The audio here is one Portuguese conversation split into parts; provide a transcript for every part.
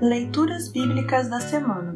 Leituras Bíblicas da Semana.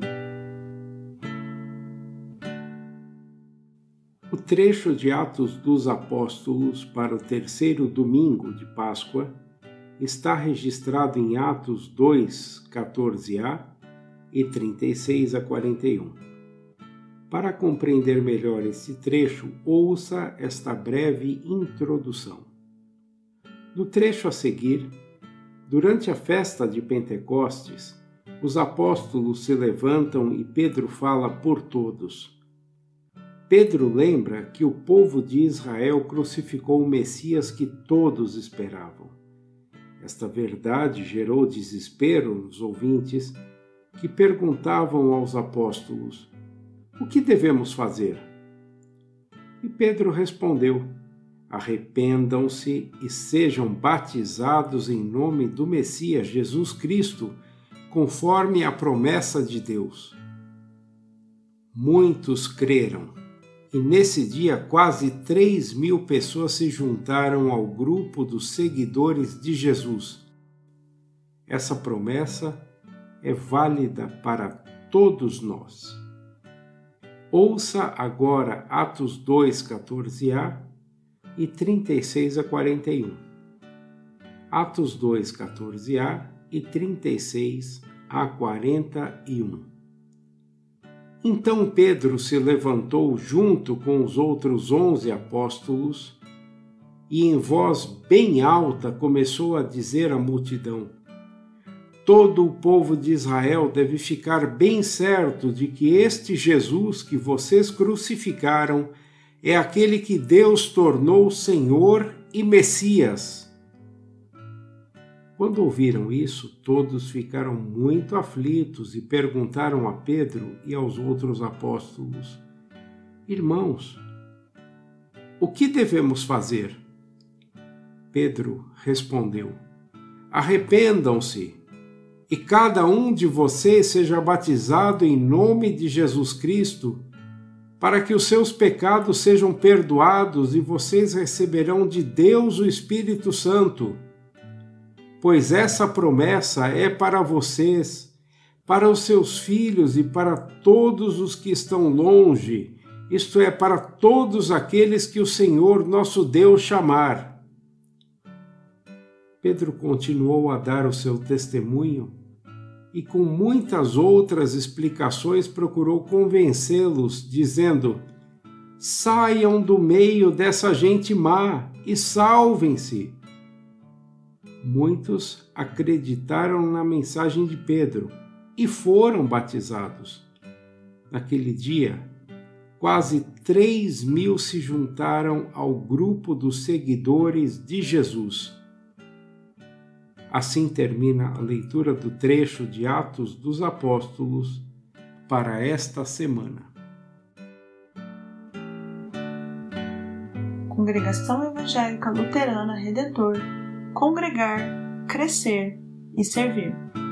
O trecho de Atos dos Apóstolos para o terceiro domingo de Páscoa está registrado em Atos 2, 14a e 36 a 41. Para compreender melhor esse trecho, ouça esta breve introdução. No trecho a seguir, durante a festa de Pentecostes, os apóstolos se levantam e Pedro fala por todos. Pedro lembra que o povo de Israel crucificou o Messias que todos esperavam. Esta verdade gerou desespero nos ouvintes que perguntavam aos apóstolos: o que devemos fazer? E Pedro respondeu: arrependam-se e sejam batizados em nome do Messias Jesus Cristo, conforme a promessa de Deus. Muitos creram, e nesse dia quase 3.000 pessoas se juntaram ao grupo dos seguidores de Jesus. Essa promessa é válida para todos nós. Ouça agora Atos 2, 14a e 36 a 41. Atos 2, 14a e 36 a 41. Então Pedro se levantou junto com os outros 11 apóstolos e em voz bem alta começou a dizer à multidão: todo o povo de Israel deve ficar bem certo de que este Jesus que vocês crucificaram é aquele que Deus tornou Senhor e Messias. Quando ouviram isso, todos ficaram muito aflitos e perguntaram a Pedro e aos outros apóstolos: irmãos, o que devemos fazer? Pedro respondeu: arrependam-se e cada um de vocês seja batizado em nome de Jesus Cristo, para que os seus pecados sejam perdoados e vocês receberão de Deus o Espírito Santo. Pois essa promessa é para vocês, para os seus filhos e para todos os que estão longe, isto é, para todos aqueles que o Senhor nosso Deus chamar. Pedro continuou a dar o seu testemunho e com muitas outras explicações procurou convencê-los, dizendo: saiam do meio dessa gente má e salvem-se. Muitos acreditaram na mensagem de Pedro e foram batizados. Naquele dia, quase 3.000 se juntaram ao grupo dos seguidores de Jesus. Assim termina a leitura do trecho de Atos dos Apóstolos para esta semana. Congregação Evangélica Luterana Redentor. Congregar, crescer e servir.